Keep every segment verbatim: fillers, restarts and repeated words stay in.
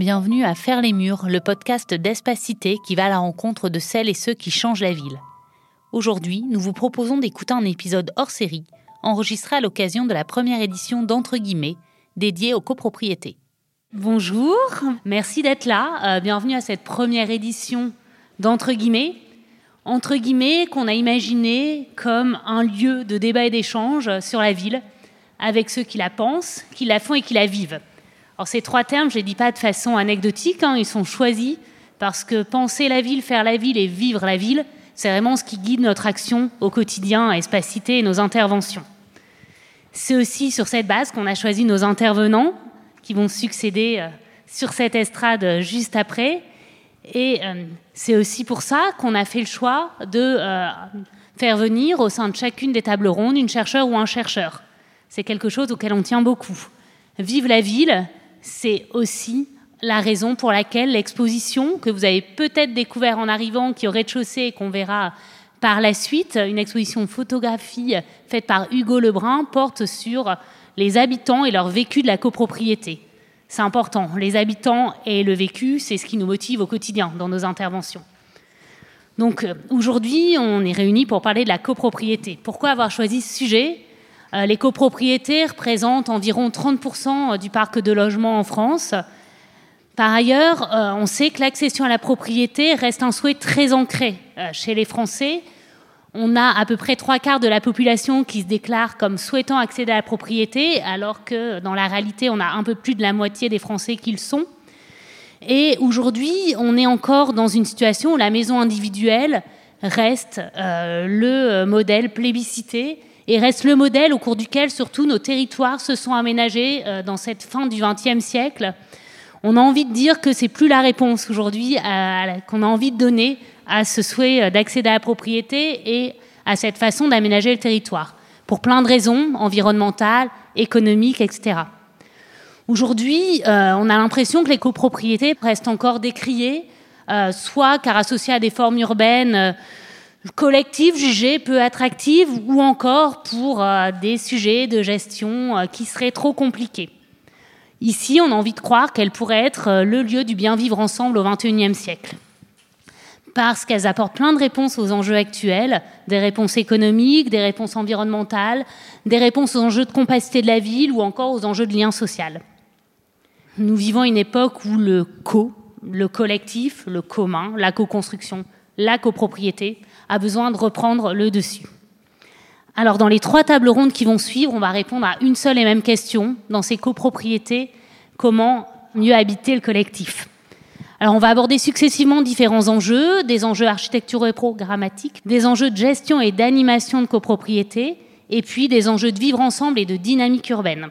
Bienvenue à Faire les Murs, le podcast d'Espacité qui va à la rencontre de celles et ceux qui changent la ville. Aujourd'hui, nous vous proposons d'écouter un épisode hors série, enregistré à l'occasion de la première édition d'Entre guillemets, dédiée aux copropriétés. Bonjour, merci d'être là. Euh, bienvenue à cette première édition d'Entre guillemets. Entre guillemets, qu'on a imaginé comme un lieu de débat et d'échange sur la ville, avec ceux qui la pensent, qui la font et qui la vivent. Alors ces trois termes, je ne les dis pas de façon anecdotique, hein, ils sont choisis parce que penser la ville, faire la ville et vivre la ville, c'est vraiment ce qui guide notre action au quotidien à Espacité et nos interventions. C'est aussi sur cette base qu'on a choisi nos intervenants qui vont succéder euh, sur cette estrade juste après. Et euh, c'est aussi pour ça qu'on a fait le choix de euh, faire venir au sein de chacune des tables rondes une chercheure ou un chercheur. C'est quelque chose auquel on tient beaucoup. Vive la ville, c'est aussi la raison pour laquelle l'exposition que vous avez peut-être découvert en arrivant, qui est au rez-de-chaussée et qu'on verra par la suite, une exposition de photographie faite par Hugo Lebrun, porte sur les habitants et leur vécu de la copropriété. C'est important. Les habitants et le vécu, c'est ce qui nous motive au quotidien dans nos interventions. Donc aujourd'hui, on est réunis pour parler de la copropriété. Pourquoi avoir choisi ce sujet ? Euh, les copropriétés représentent environ trente pour cent du parc de logements en France. Par ailleurs, euh, on sait que l'accession à la propriété reste un souhait très ancré euh, chez les Français. On a à peu près trois quarts de la population qui se déclare comme souhaitant accéder à la propriété, alors que dans la réalité, on a un peu plus de la moitié des Français qui le sont. Et aujourd'hui, on est encore dans une situation où la maison individuelle reste euh, le modèle plébiscité et reste le modèle au cours duquel, surtout, nos territoires se sont aménagés euh, dans cette fin du vingtième siècle. On a envie de dire que c'est plus la réponse aujourd'hui à, à, qu'on a envie de donner à ce souhait d'accéder à la propriété et à cette façon d'aménager le territoire, pour plein de raisons, environnementales, économiques, et cetera. Aujourd'hui, euh, on a l'impression que les copropriétés restent encore décriées, euh, soit car associées à des formes urbaines euh, collectives jugées peu attractives, ou encore pour euh, des sujets de gestion euh, qui seraient trop compliqués. Ici, on a envie de croire qu'elles pourraient être euh, le lieu du bien vivre ensemble au vingt et unième siècle. Parce qu'elles apportent plein de réponses aux enjeux actuels, des réponses économiques, des réponses environnementales, des réponses aux enjeux de compacité de la ville ou encore aux enjeux de lien social. Nous vivons une époque où le co, le collectif, le commun, la co-construction, la copropriété a besoin de reprendre le dessus. Alors dans les trois tables rondes qui vont suivre, on va répondre à une seule et même question. Dans ces copropriétés, comment mieux habiter le collectif ? Alors on va aborder successivement différents enjeux, des enjeux architecturaux et programmatiques, des enjeux de gestion et d'animation de copropriété, et puis des enjeux de vivre ensemble et de dynamique urbaine.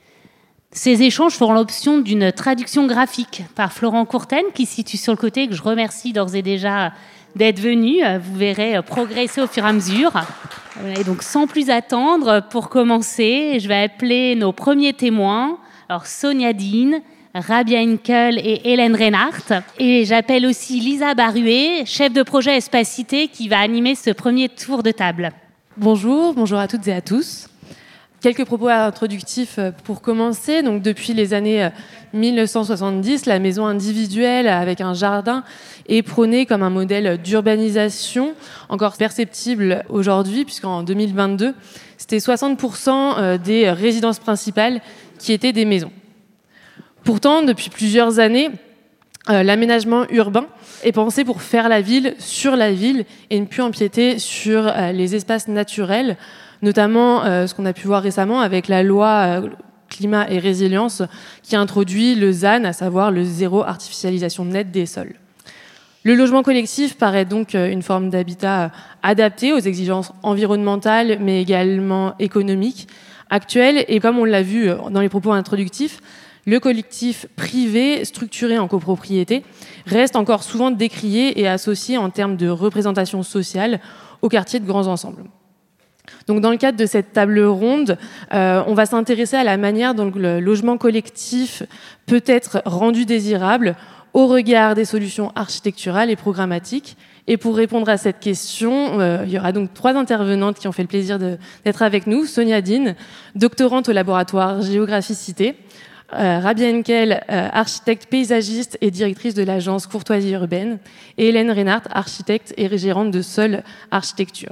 Ces échanges feront l'option d'une traduction graphique par Florent Courten, qui se situe sur le côté, que je remercie d'ores et déjà d'être venu. Vous verrez progresser au fur et à mesure. Et donc sans plus attendre, pour commencer, je vais appeler nos premiers témoins. Alors Sonia Dean, Rabia Inkel et Hélène Reinhardt. Et j'appelle aussi Lisa Baruet, chef de projet Espacité, qui va animer ce premier tour de table. Bonjour, bonjour à toutes et à tous. Quelques propos introductifs pour commencer. Donc, depuis les années mille neuf cent soixante-dix, la maison individuelle avec un jardin est prônée comme un modèle d'urbanisation encore perceptible aujourd'hui, puisqu'en deux mille vingt-deux, c'était soixante pour cent des résidences principales qui étaient des maisons. Pourtant, depuis plusieurs années, euh, l'aménagement urbain est pensé pour faire la ville sur la ville et ne plus empiéter sur euh, les espaces naturels, notamment euh, ce qu'on a pu voir récemment avec la loi euh, climat et résilience qui a introduit le Z A N, à savoir le zéro artificialisation nette des sols. Le logement collectif paraît donc une forme d'habitat adapté aux exigences environnementales mais également économiques actuelles, et comme on l'a vu dans les propos introductifs, le collectif privé structuré en copropriété reste encore souvent décrié et associé en termes de représentation sociale au quartier de grands ensembles. Donc, dans le cadre de cette table ronde, euh, on va s'intéresser à la manière dont le logement collectif peut être rendu désirable au regard des solutions architecturales et programmatiques. Et pour répondre à cette question, euh, il y aura donc trois intervenantes qui ont fait le plaisir de, d'être avec nous. Sonia Dean, doctorante au laboratoire Géographie Cité, Euh, Rabia Henkel, euh, architecte paysagiste et directrice de l'agence Courtoisie Urbaine, et Hélène Reinhardt, architecte et gérante de Sol Architecture.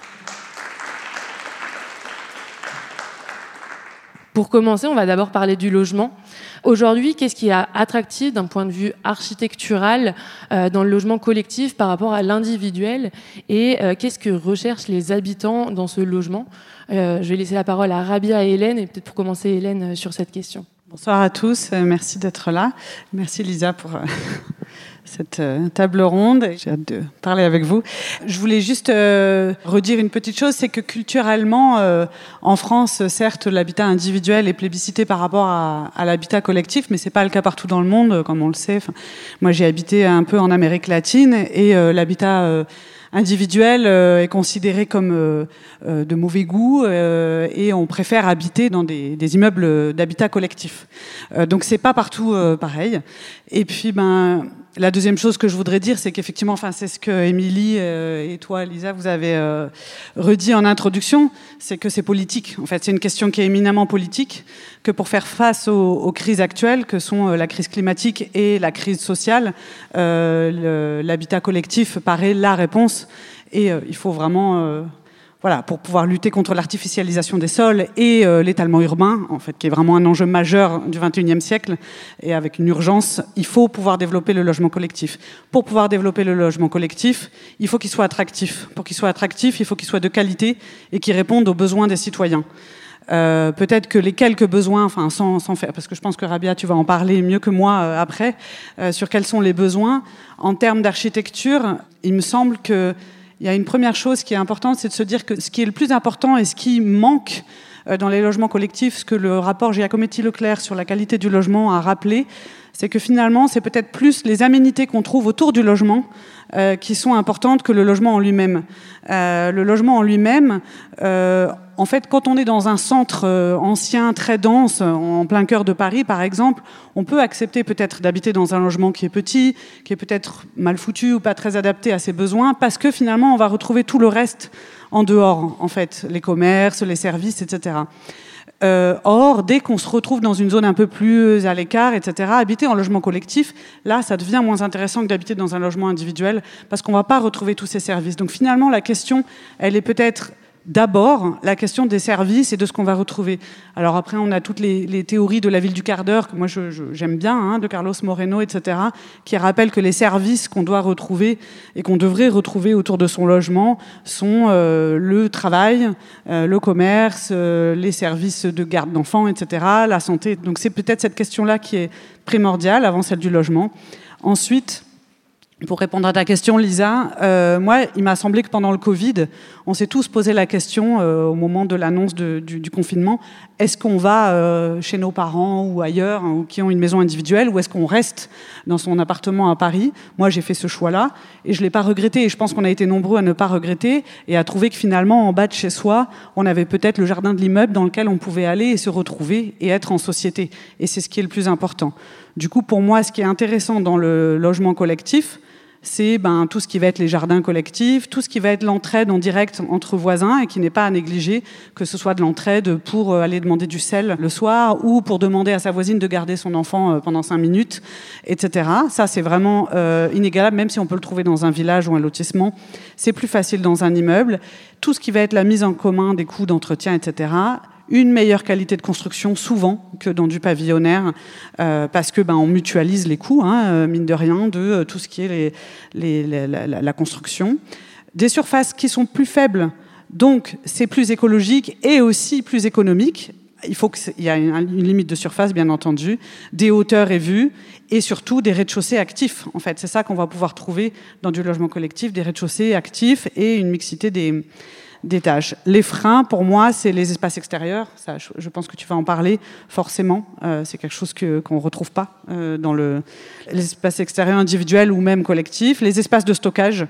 Pour commencer, on va d'abord parler du logement. Aujourd'hui, qu'est-ce qui est attractif d'un point de vue architectural euh, dans le logement collectif par rapport à l'individuel, et euh, qu'est-ce que recherchent les habitants dans ce logement? euh, Je vais laisser la parole à Rabia et Hélène, et peut-être pour commencer, Hélène, sur cette question. Bonsoir à tous, merci d'être là. Merci Lisa pour euh, cette euh, table ronde. J'ai hâte de parler avec vous. Je voulais juste euh, redire une petite chose, c'est que culturellement, euh, en France, certes, l'habitat individuel est plébiscité par rapport à, à l'habitat collectif, mais c'est pas le cas partout dans le monde, comme on le sait. Enfin, moi, j'ai habité un peu en Amérique latine, et euh, l'habitat euh, individuel euh, est considéré comme euh, euh, de mauvais goût, euh, et on préfère habiter dans des, des immeubles d'habitat collectif. Euh, donc c'est pas partout euh, pareil. Et puis ben la deuxième chose que je voudrais dire, c'est qu'effectivement, enfin c'est ce que Émilie euh, et toi, Lisa, vous avez euh, redit en introduction, c'est que c'est politique. En fait, c'est une question qui est éminemment politique, que pour faire face aux, aux crises actuelles, que sont euh, la crise climatique et la crise sociale, euh, le, l'habitat collectif paraît la réponse. Et euh, il faut vraiment, euh, voilà, pour pouvoir lutter contre l'artificialisation des sols et euh, l'étalement urbain, en fait, qui est vraiment un enjeu majeur du vingt et unième siècle, et avec une urgence, il faut pouvoir développer le logement collectif. Pour pouvoir développer le logement collectif, il faut qu'il soit attractif. Pour qu'il soit attractif, il faut qu'il soit de qualité et qu'il réponde aux besoins des citoyens. Euh, peut-être que les quelques besoins, enfin sans, sans faire, parce que je pense que Rabia, tu vas en parler mieux que moi euh, après, euh, sur quels sont les besoins. En termes d'architecture, il me semble que il y a une première chose qui est importante, c'est de se dire que ce qui est le plus important et ce qui manque dans les logements collectifs, ce que le rapport Giacometti-Leclerc sur la qualité du logement a rappelé, c'est que finalement, c'est peut-être plus les aménités qu'on trouve autour du logement euh, qui sont importantes que le logement en lui-même. Euh, le logement en lui-même, euh, en fait, quand on est dans un centre euh, ancien, très dense, en plein cœur de Paris, par exemple, on peut accepter peut-être d'habiter dans un logement qui est petit, qui est peut-être mal foutu ou pas très adapté à ses besoins, parce que finalement, on va retrouver tout le reste en dehors, en fait, les commerces, les services, et cetera. Euh, or, dès qu'on se retrouve dans une zone un peu plus à l'écart, et cetera, habiter en logement collectif, là, ça devient moins intéressant que d'habiter dans un logement individuel, parce qu'on ne va pas retrouver tous ces services. Donc finalement, la question, elle est peut-être d'abord la question des services et de ce qu'on va retrouver. Alors après, on a toutes les, les théories de la ville du quart d'heure, que moi je, je, j'aime bien, hein, de Carlos Moreno, et cetera, qui rappellent que les services qu'on doit retrouver et qu'on devrait retrouver autour de son logement sont euh, le travail, euh, le commerce, euh, les services de garde d'enfants, et cetera, la santé. Donc c'est peut-être cette question-là qui est primordiale avant celle du logement. Ensuite, pour répondre à ta question, Lisa, euh, moi, il m'a semblé que pendant le Covid, on s'est tous posé la question, euh, au moment de l'annonce de, du, du confinement, est-ce qu'on va euh, chez nos parents ou ailleurs, hein, ou qui ont une maison individuelle, ou est-ce qu'on reste dans son appartement à Paris? Moi, j'ai fait ce choix-là, et je ne l'ai pas regretté, et je pense qu'on a été nombreux à ne pas regretter, et à trouver que finalement, en bas de chez soi, on avait peut-être le jardin de l'immeuble dans lequel on pouvait aller et se retrouver, et être en société. Et c'est ce qui est le plus important. Du coup, pour moi, ce qui est intéressant dans le logement collectif, c'est ben, tout ce qui va être les jardins collectifs, tout ce qui va être l'entraide en direct entre voisins et qui n'est pas à négliger, que ce soit de l'entraide pour aller demander du sel le soir ou pour demander à sa voisine de garder son enfant pendant cinq minutes, et cetera. Ça, c'est vraiment euh, inégalable, même si on peut le trouver dans un village ou un lotissement. C'est plus facile dans un immeuble. Tout ce qui va être la mise en commun des coûts d'entretien, et cetera, une meilleure qualité de construction souvent que dans du pavillonnaire, euh, parce que ben on mutualise les coûts, hein, mine de rien, de euh, tout ce qui est les, les, les, la, la construction. Des surfaces qui sont plus faibles, donc c'est plus écologique et aussi plus économique. Il faut qu'il y ait une limite de surface, bien entendu, des hauteurs et vues, et surtout des rez-de-chaussée actifs. En fait, c'est ça qu'on va pouvoir trouver dans du logement collectif, des rez-de-chaussée actifs et une mixité des des tâches. Les freins, pour moi, c'est les espaces extérieurs. Ça, je, je pense que tu vas en parler, forcément. Euh, c'est quelque chose que, qu'on ne retrouve pas euh, dans le, les espaces extérieurs individuels ou même collectifs. Les espaces de stockage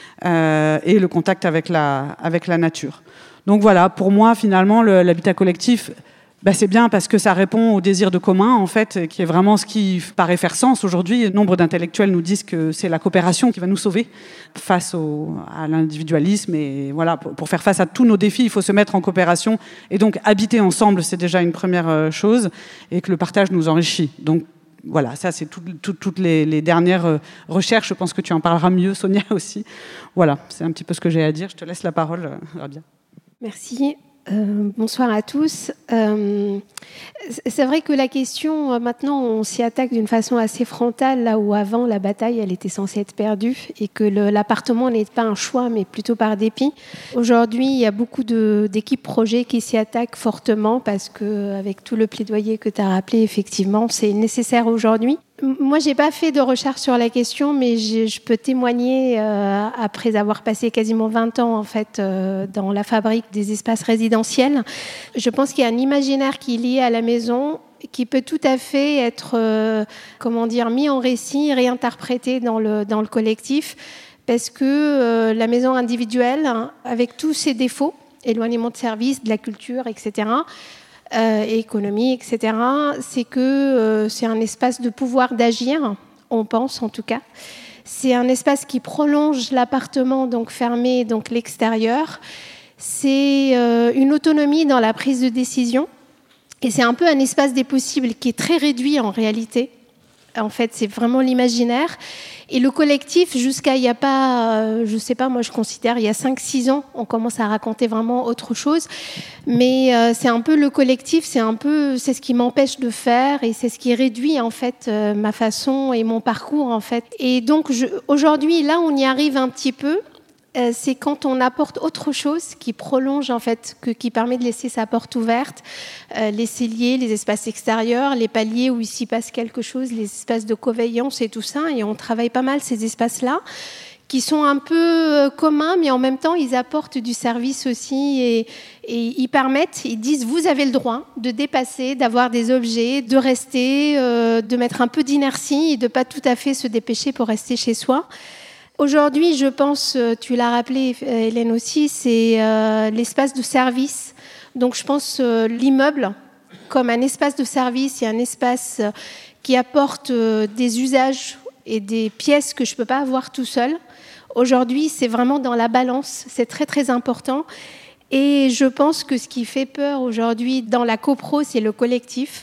euh, et le contact avec la, avec la nature. Donc voilà, pour moi, finalement, le, l'habitat collectif Bah c'est bien parce que ça répond au désir de commun, en fait, qui est vraiment ce qui paraît faire sens aujourd'hui. Nombre d'intellectuels nous disent que c'est la coopération qui va nous sauver face au, à l'individualisme. Et voilà, pour, pour faire face à tous nos défis, il faut se mettre en coopération. Et donc, habiter ensemble, c'est déjà une première chose, et que le partage nous enrichit. Donc, voilà, ça, c'est tout, tout, toutes les, les dernières recherches. Je pense que tu en parleras mieux, Sonia, aussi. Voilà, c'est un petit peu ce que j'ai à dire. Je te laisse la parole, Rabia. Merci. Euh, bonsoir à tous. Euh, c'est vrai que la question, euh, maintenant, on s'y attaque d'une façon assez frontale, là où avant, la bataille, elle était censée être perdue et que le, l'appartement n'est pas un choix, mais plutôt par dépit. Aujourd'hui, il y a beaucoup de, d'équipes projets qui s'y attaquent fortement parce qu'avec tout le plaidoyer que tu as rappelé, effectivement, c'est nécessaire aujourd'hui. Moi, j'ai pas fait de recherche sur la question, mais je, je peux témoigner, euh, après avoir passé quasiment vingt ans en fait euh, dans la fabrique des espaces résidentiels. Je pense qu'il y a un imaginaire qui est lié à la maison, qui peut tout à fait être, euh, comment dire, mis en récit, réinterprété dans le dans le collectif, parce que euh, la maison individuelle, hein, avec tous ses défauts, éloignement de services, de la culture, et cetera. Euh, économie, et cetera, c'est que euh, c'est un espace de pouvoir d'agir, on pense en tout cas. C'est un espace qui prolonge l'appartement, donc fermé, donc l'extérieur. C'est euh, une autonomie dans la prise de décision. Et c'est un peu un espace des possibles qui est très réduit en réalité. En fait, c'est vraiment l'imaginaire. Et le collectif, jusqu'à il n'y a pas, euh, je ne sais pas, moi je considère, il y a cinq six ans, on commence à raconter vraiment autre chose. Mais euh, c'est un peu le collectif, c'est un peu, c'est ce qui m'empêche de faire et c'est ce qui réduit en fait euh, ma façon et mon parcours en fait. Et donc je, aujourd'hui, là, on y arrive un petit peu. Euh, c'est quand on apporte autre chose qui prolonge en fait, que, qui permet de laisser sa porte ouverte, euh, les celliers, les espaces extérieurs, les paliers où il s'y passe quelque chose, les espaces de coveillance et tout ça. Et on travaille pas mal ces espaces-là, qui sont un peu euh, communs, mais en même temps, ils apportent du service aussi et, et ils permettent, ils disent, vous avez le droit de dépasser, d'avoir des objets, de rester, euh, de mettre un peu d'inertie et de pas tout à fait se dépêcher pour rester chez soi. Aujourd'hui, je pense, tu l'as rappelé, Hélène aussi, c'est euh, l'espace de service. Donc, je pense euh, l'immeuble comme un espace de service et un espace qui apporte euh, des usages et des pièces que je ne peux pas avoir tout seul. Aujourd'hui, c'est vraiment dans la balance, c'est très, très important. Et je pense que ce qui fait peur aujourd'hui dans la copro, c'est le collectif.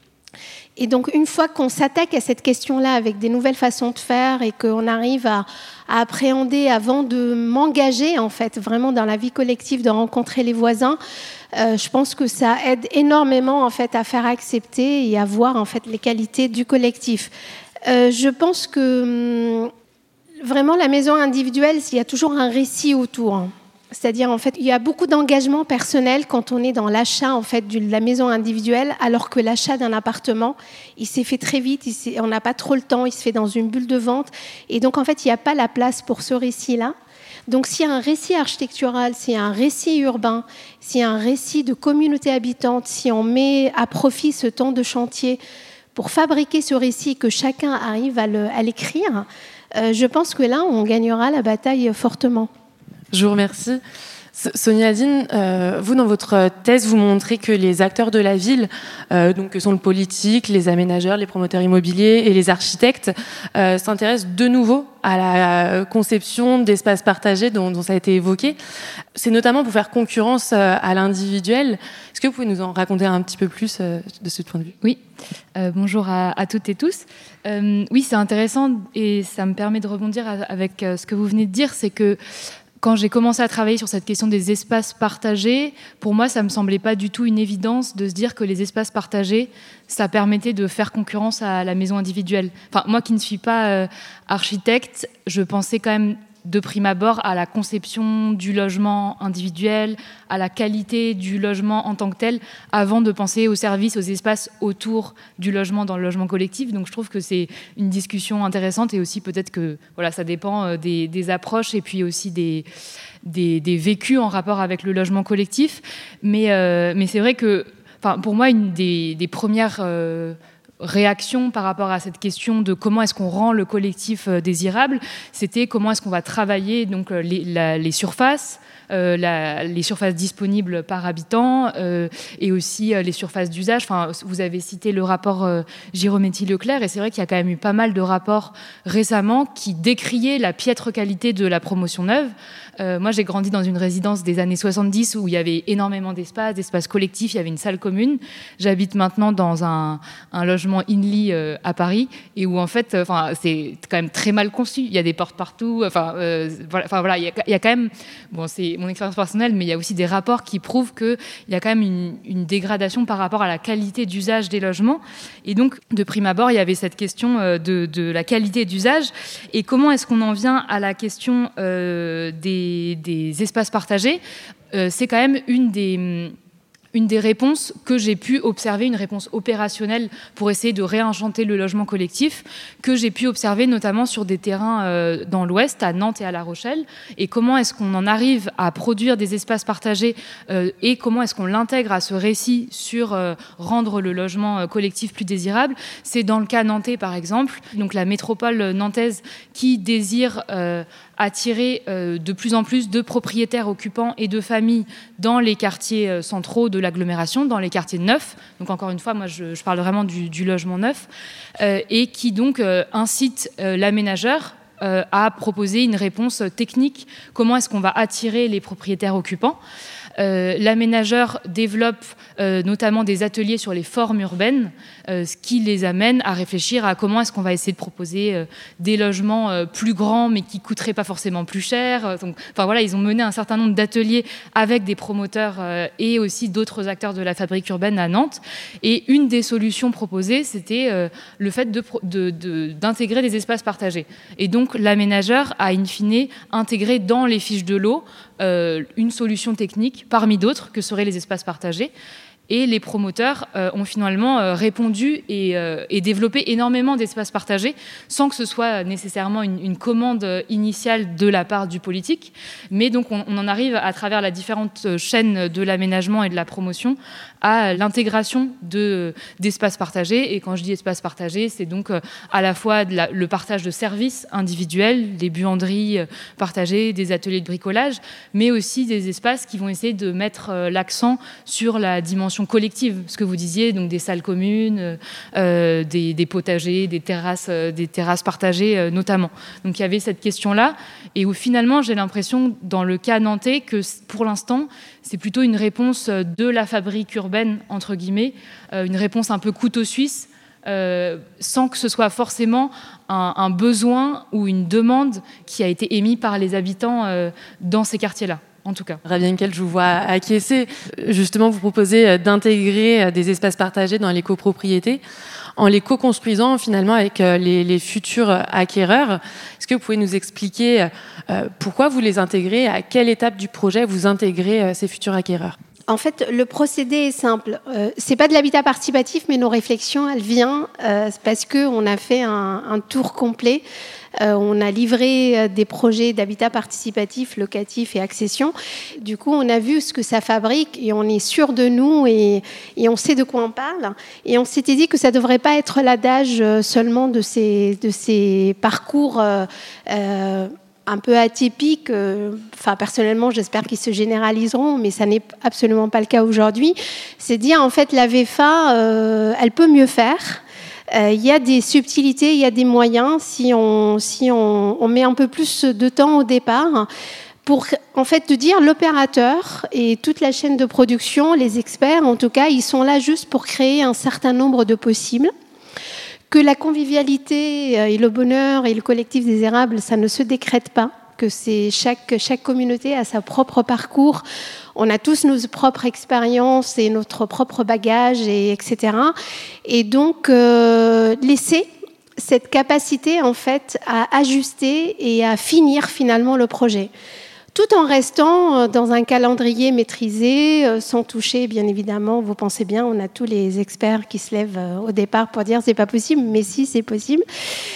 Et donc, une fois qu'on s'attaque à cette question-là avec des nouvelles façons de faire et qu'on arrive à, à appréhender avant de m'engager, en fait, vraiment dans la vie collective, de rencontrer les voisins, euh, je pense que ça aide énormément, en fait, à faire accepter et à voir, en fait, les qualités du collectif. Euh, je pense que, hum, vraiment, la maison individuelle, il y a toujours un récit autour, hein. C'est-à-dire, en fait, il y a beaucoup d'engagement personnel quand on est dans l'achat, en fait, de la maison individuelle, alors que l'achat d'un appartement, il s'est fait très vite, il s'est, on n'a pas trop le temps, il se fait dans une bulle de vente. Et donc, en fait, il n'y a pas la place pour ce récit-là. Donc, s'il y a un récit architectural, s'il y a un récit urbain, s'il y a un récit de communauté habitante, si on met à profit ce temps de chantier pour fabriquer ce récit, que chacun arrive à, le, à l'écrire, euh, je pense que là, on gagnera la bataille fortement. Je vous remercie. Sonia Adine, euh, vous, dans votre thèse, vous montrez que les acteurs de la ville, euh, donc que sont le politique, les aménageurs, les promoteurs immobiliers et les architectes, euh, s'intéressent de nouveau à la conception d'espaces partagés dont, dont ça a été évoqué. C'est notamment pour faire concurrence à l'individuel. Est-ce que vous pouvez nous en raconter un petit peu plus euh, de ce point de vue ? Oui. Euh, bonjour à, à toutes et tous. Euh, oui, c'est intéressant et ça me permet de rebondir avec euh, ce que vous venez de dire, c'est que quand j'ai commencé à travailler sur cette question des espaces partagés, pour moi, ça ne me semblait pas du tout une évidence de se dire que les espaces partagés, ça permettait de faire concurrence à la maison individuelle. Enfin, moi qui ne suis pas euh, architecte, je pensais quand même de prime abord à la conception du logement individuel, à la qualité du logement en tant que tel, avant de penser aux services, aux espaces autour du logement dans le logement collectif. Donc je trouve que c'est une discussion intéressante et aussi peut-être que voilà, ça dépend des, des approches et puis aussi des, des, des vécus en rapport avec le logement collectif. Mais, euh, mais c'est vrai que, enfin, pour moi, une des, des premières... Euh, réaction par rapport à cette question de comment est-ce qu'on rend le collectif euh, désirable, c'était comment est-ce qu'on va travailler donc, euh, les, la, les surfaces, Euh, la, les surfaces disponibles par habitant euh, et aussi euh, les surfaces d'usage. Enfin, vous avez cité le rapport euh, Girometti-Leclerc et c'est vrai qu'il y a quand même eu pas mal de rapports récemment qui décriaient la piètre qualité de la promotion neuve. Euh, moi, j'ai grandi dans une résidence des années soixante-dix où il y avait énormément d'espace, d'espace collectif, il y avait une salle commune. J'habite maintenant dans un, un logement Inly euh, à Paris et où en fait, enfin, euh, c'est quand même très mal conçu. Il y a des portes partout. Enfin, euh, voilà, enfin voilà, il y, a, il y a quand même, bon, c'est mon expérience personnelle, mais il y a aussi des rapports qui prouvent qu'il y a quand même une, une dégradation par rapport à la qualité d'usage des logements. Et donc, de prime abord, il y avait cette question de, de la qualité d'usage. Et comment est-ce qu'on en vient à la question euh, des, des espaces partagés ? euh, C'est quand même une des... une des réponses que j'ai pu observer, une réponse opérationnelle pour essayer de réenchanter le logement collectif, que j'ai pu observer notamment sur des terrains euh, dans l'Ouest, à Nantes et à La Rochelle. Et comment est-ce qu'on en arrive à produire des espaces partagés euh, et comment est-ce qu'on l'intègre à ce récit sur euh, rendre le logement euh, collectif plus désirable. C'est dans le cas nantais, par exemple, donc la métropole nantaise qui désire euh, attirer euh, de plus en plus de propriétaires occupants et de familles dans les quartiers euh, centraux de l'agglomération, dans les quartiers neufs. Donc encore une fois, moi je, je parle vraiment du, du logement neuf, euh, et qui donc euh, incite euh, l'aménageur euh, à proposer une réponse technique. Comment est-ce qu'on va attirer les propriétaires occupants ? Euh, l'aménageur développe euh, notamment des ateliers sur les formes urbaines, euh, ce qui les amène à réfléchir à comment est-ce qu'on va essayer de proposer euh, des logements euh, plus grands mais qui coûteraient pas forcément plus cher. Donc, enfin voilà, ils ont mené un certain nombre d'ateliers avec des promoteurs euh, et aussi d'autres acteurs de la fabrique urbaine à Nantes. Et une des solutions proposées, c'était euh, le fait de, de, de, d'intégrer des espaces partagés. Et donc l'aménageur a in fine intégré dans les fiches de l'eau euh, une solution technique parmi d'autres que seraient les espaces partagés. Et les promoteurs euh, ont finalement euh, répondu et, euh, et développé énormément d'espaces partagés sans que ce soit nécessairement une, une commande initiale de la part du politique. Mais donc on, on en arrive à travers la différente chaîne de l'aménagement et de la promotion à l'intégration de, d'espaces partagés. Et quand je dis espaces partagés, c'est donc euh, à la fois de la, le partage de services individuels, des buanderies euh, partagées, des ateliers de bricolage, mais aussi des espaces qui vont essayer de mettre euh, l'accent sur la dimension collective, ce que vous disiez, donc des salles communes, euh, des, des potagers, des terrasses, euh, des terrasses partagées euh, notamment. Donc il y avait cette question-là, et où finalement j'ai l'impression, dans le cas nantais, que pour l'instant c'est plutôt une réponse de la fabrique urbaine entre guillemets, euh, une réponse un peu couteau suisse, euh, sans que ce soit forcément un, un besoin ou une demande qui a été émise par les habitants euh, dans ces quartiers-là. En tout cas. Rabia Henkel, je vous vois acquiescer. Justement, vous proposez d'intégrer des espaces partagés dans les copropriétés en les co-construisant finalement avec les, les futurs acquéreurs. Est-ce que vous pouvez nous expliquer euh, pourquoi vous les intégrez, à quelle étape du projet vous intégrez euh, ces futurs acquéreurs ? En fait, le procédé est simple. Euh, c'est pas de l'habitat participatif, mais nos réflexions, elles viennent euh, parce que on a fait un, un tour complet. Euh, on a livré des projets d'habitat participatif, locatif et accession. Du coup, on a vu ce que ça fabrique et on est sûr de nous et, et on sait de quoi on parle. Et on s'était dit que ça ne devrait pas être l'adage seulement de ces, de ces parcours euh, euh, un peu atypiques. Enfin, personnellement, j'espère qu'ils se généraliseront, mais ça n'est absolument pas le cas aujourd'hui. C'est dire, en fait, la V F A, euh, elle peut mieux faire. Il euh, y a des subtilités, il y a des moyens si on, si on, on met un peu plus de temps au départ pour en fait de dire l'opérateur et toute la chaîne de production, les experts en tout cas, ils sont là juste pour créer un certain nombre de possibles. Que la convivialité et le bonheur et le collectif désirable, ça ne se décrète pas, que c'est chaque, chaque communauté a sa propre parcours. On a tous nos propres expériences et notre propre bagage, et, etc. Et donc, euh, laisser cette capacité, en fait, à ajuster et à finir finalement le projet. tout en restant dans un calendrier maîtrisé, sans toucher, bien évidemment. Vous pensez bien, on a tous les experts qui se lèvent au départ pour dire c'est pas possible, mais si, c'est possible.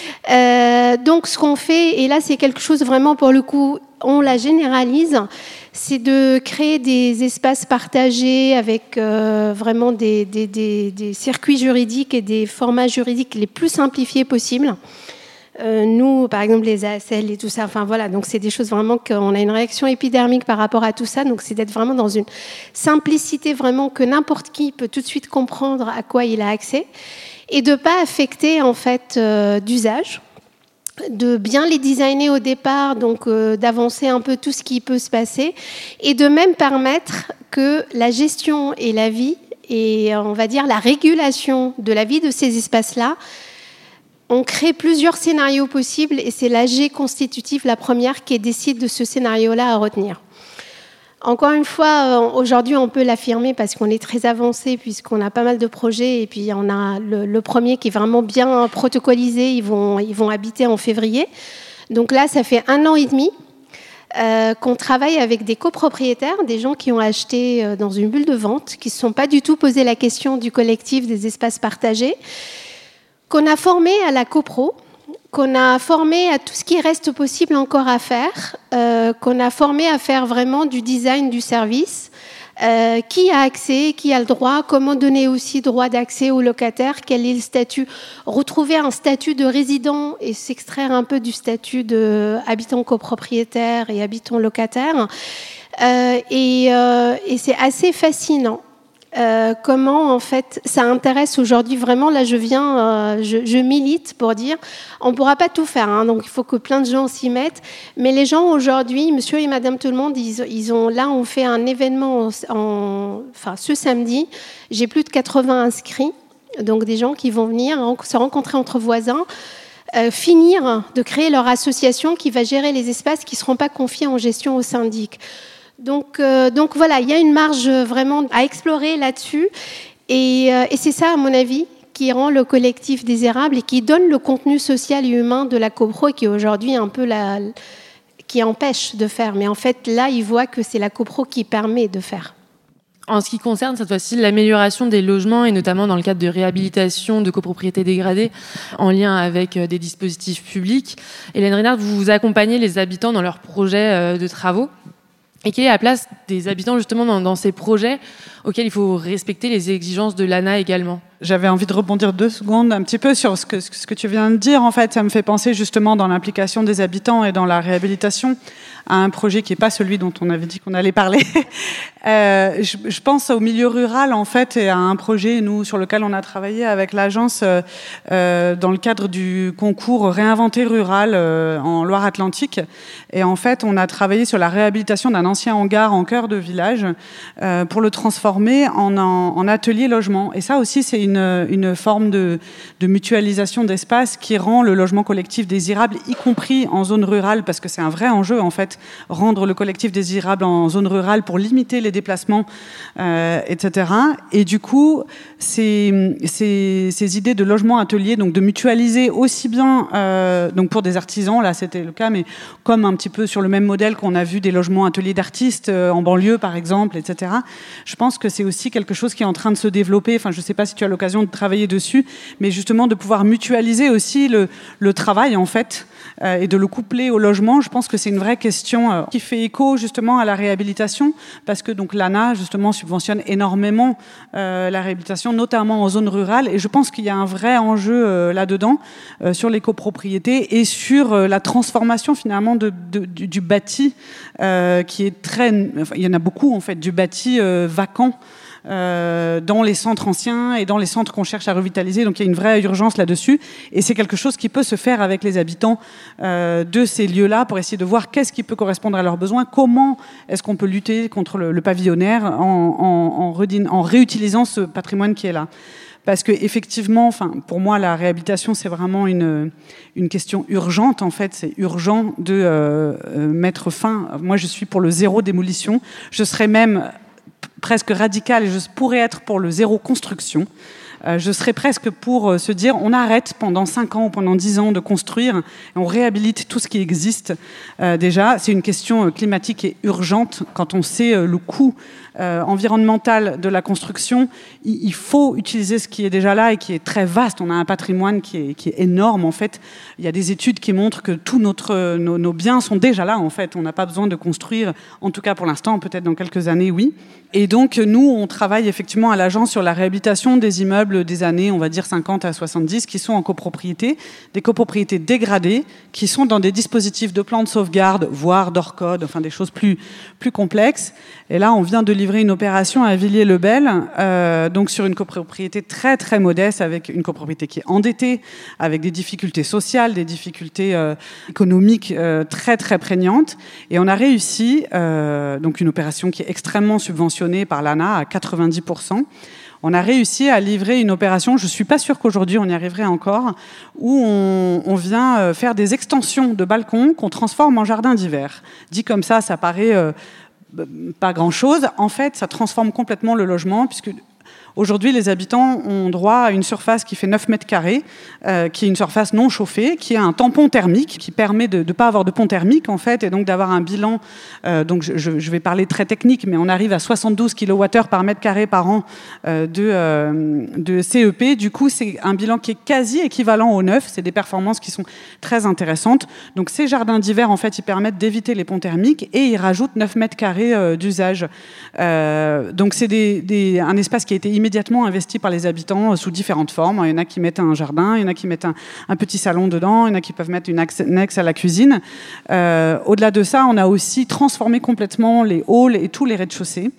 Euh, donc, ce qu'on fait, et là, c'est quelque chose vraiment, pour le coup, on la généralise, c'est de créer des espaces partagés avec euh, vraiment des, des, des, des circuits juridiques et des formats juridiques les plus simplifiés possibles. Euh, nous, par exemple, les A S L et tout ça, enfin voilà, donc c'est des choses vraiment qu'on a une réaction épidermique par rapport à tout ça, donc c'est d'être vraiment dans une simplicité vraiment que n'importe qui peut tout de suite comprendre à quoi il a accès et de ne pas affecter en fait euh, d'usage, de bien les designer au départ, donc euh, d'avancer un peu tout ce qui peut se passer et de même permettre que la gestion et la vie et on va dire la régulation de la vie de ces espaces-là. On crée plusieurs scénarios possibles et c'est l'A G constitutive, la première, qui décide de ce scénario-là à retenir. Encore une fois, aujourd'hui, on peut l'affirmer parce qu'on est très avancé, puisqu'on a pas mal de projets. Et puis, on a le, le premier qui est vraiment bien protocolisé. Ils vont, ils vont habiter en février. Donc là, ça fait un an et demi euh, qu'on travaille avec des copropriétaires, des gens qui ont acheté euh, dans une bulle de vente, qui ne se sont pas du tout posé la question du collectif des espaces partagés, qu'on a formé à la copro, qu'on a formé à tout ce qui reste possible encore à faire, euh, qu'on a formé à faire vraiment du design du service, euh, qui a accès, qui a le droit, comment donner aussi droit d'accès aux locataires, quel est le statut, retrouver un statut de résident et s'extraire un peu du statut d'habitant copropriétaire et habitant locataire. Euh, et, euh, et c'est assez fascinant. Euh, comment en fait ça intéresse aujourd'hui vraiment, là je viens euh, je, je milite pour dire on ne pourra pas tout faire hein, donc il faut que plein de gens s'y mettent, mais les gens aujourd'hui, monsieur et madame tout le monde, ils, ils ont, là on fait un événement en, en, enfin ce samedi, j'ai plus de quatre-vingts inscrits, donc des gens qui vont venir se rencontrer entre voisins, euh, finir de créer leur association qui va gérer les espaces qui ne seront pas confiés en gestion au syndic. Donc, euh, donc voilà, il y a une marge vraiment à explorer là-dessus. Et, euh, et c'est ça, à mon avis, qui rend le collectif désirable et qui donne le contenu social et humain de la copro et qui est aujourd'hui un peu la, qui empêche de faire. Mais en fait, là, ils voient que c'est la copro qui permet de faire. En ce qui concerne cette fois-ci l'amélioration des logements et notamment dans le cadre de réhabilitation de copropriétés dégradées en lien avec des dispositifs publics, Hélène Reynard, vous accompagnez les habitants dans leurs projets de travaux. Et quelle est la place des habitants justement dans, dans ces projets auxquels il faut respecter les exigences de l'A N A également ? J'avais envie de rebondir deux secondes un petit peu sur ce que, ce que tu viens de dire. En fait, ça me fait penser justement dans l'implication des habitants et dans la réhabilitation à un projet qui n'est pas celui dont on avait dit qu'on allait parler. euh, je, je pense au milieu rural, en fait, et à un projet, nous, sur lequel on a travaillé avec l'agence euh, euh, dans le cadre du concours Réinventer Rural euh, en Loire-Atlantique. Et en fait, on a travaillé sur la réhabilitation d'un ancien hangar en cœur de village euh, pour le transformer en, en, en atelier logement. Et ça aussi, c'est une, une forme de, de mutualisation d'espace qui rend le logement collectif désirable, y compris en zone rurale, parce que c'est un vrai enjeu, en fait, rendre le collectif désirable en zone rurale pour limiter les déplacements, euh, et cetera. Et du coup, ces, ces, ces idées de logement atelier, donc de mutualiser aussi bien, euh, donc pour des artisans, là c'était le cas, mais comme un petit peu sur le même modèle qu'on a vu des logements ateliers d'artistes euh, en banlieue, par exemple, et cetera. Je pense que c'est aussi quelque chose qui est en train de se développer. Enfin, je ne sais pas si tu as l'occasion de travailler dessus, mais justement de pouvoir mutualiser aussi le, le travail, en fait, euh, et de le coupler au logement. Je pense que c'est une vraie question euh, qui fait écho justement à la réhabilitation, parce que donc l'A N A justement subventionne énormément euh, la réhabilitation, notamment en zone rurale, et je pense qu'il y a un vrai enjeu euh, là-dedans euh, sur les copropriétés et sur euh, la transformation finalement de, de, du, du bâti euh, qui est très, enfin, il y en a beaucoup en fait, du bâti euh, vacant Euh, dans les centres anciens et dans les centres qu'on cherche à revitaliser. Donc il y a une vraie urgence là-dessus, et c'est quelque chose qui peut se faire avec les habitants euh, de ces lieux-là pour essayer de voir qu'est-ce qui peut correspondre à leurs besoins, comment est-ce qu'on peut lutter contre le, le pavillonnaire en, en, en, redin- en réutilisant ce patrimoine qui est là. Parce que effectivement, enfin, pour moi, la réhabilitation, c'est vraiment une, une question urgente. En fait, c'est urgent de euh, mettre fin. Moi, je suis pour le zéro démolition. Je serais même presque radical, et je pourrais être pour le zéro construction, Euh, je serais presque pour euh, se dire on arrête pendant cinq ans ou pendant dix ans de construire et on réhabilite tout ce qui existe euh, déjà. C'est une question euh, climatique et urgente. Quand on sait euh, le coût euh, environnemental de la construction, il, il faut utiliser ce qui est déjà là et qui est très vaste. On a un patrimoine qui est, qui est énorme en fait. Il y a des études qui montrent que tous notre, nos, nos biens sont déjà là en fait. On n'a pas besoin de construire, en tout cas pour l'instant, peut-être dans quelques années, oui. Et donc nous, on travaille effectivement à l'agence sur la réhabilitation des immeubles des années, on va dire cinquante à soixante-dix, qui sont en copropriété, des copropriétés dégradées, qui sont dans des dispositifs de plan de sauvegarde, voire d'Orcode, enfin des choses plus, plus complexes. Et là, on vient de livrer une opération à Villiers-le-Bel, euh, donc sur une copropriété très très modeste, avec une copropriété qui est endettée, avec des difficultés sociales, des difficultés euh, économiques euh, très très prégnantes. Et on a réussi, euh, donc une opération qui est extrêmement subventionnée par l'A N A à quatre-vingt-dix pour cent. On a réussi à livrer une opération, je ne suis pas sûre qu'aujourd'hui on y arriverait encore, où on, on vient faire des extensions de balcons qu'on transforme en jardin d'hiver. Dit comme ça, ça paraît euh, pas grand-chose. En fait, ça transforme complètement le logement, puisque aujourd'hui, les habitants ont droit à une surface qui fait neuf mètres carrés, euh, qui est une surface non chauffée, qui a un tampon thermique, qui permet de ne pas avoir de pont thermique, en fait, et donc d'avoir un bilan. Euh, donc, je, je vais parler très technique, mais on arrive à soixante-douze kilowattheures par mètre carré par an euh, de, euh, de C E P. Du coup, c'est un bilan qui est quasi équivalent au neuf. C'est des performances qui sont très intéressantes. Donc, ces jardins d'hiver, en fait, ils permettent d'éviter les ponts thermiques et ils rajoutent neuf mètres carrés euh, d'usage. Euh, donc, c'est des, des, un espace qui a été immédiatement immédiatement investi par les habitants sous différentes formes. Il y en a qui mettent un jardin, il y en a qui mettent un, un petit salon dedans, il y en a qui peuvent mettre une annexe à la cuisine. Euh, au-delà de ça, on a aussi transformé complètement les halls et tous les rez-de-chaussée.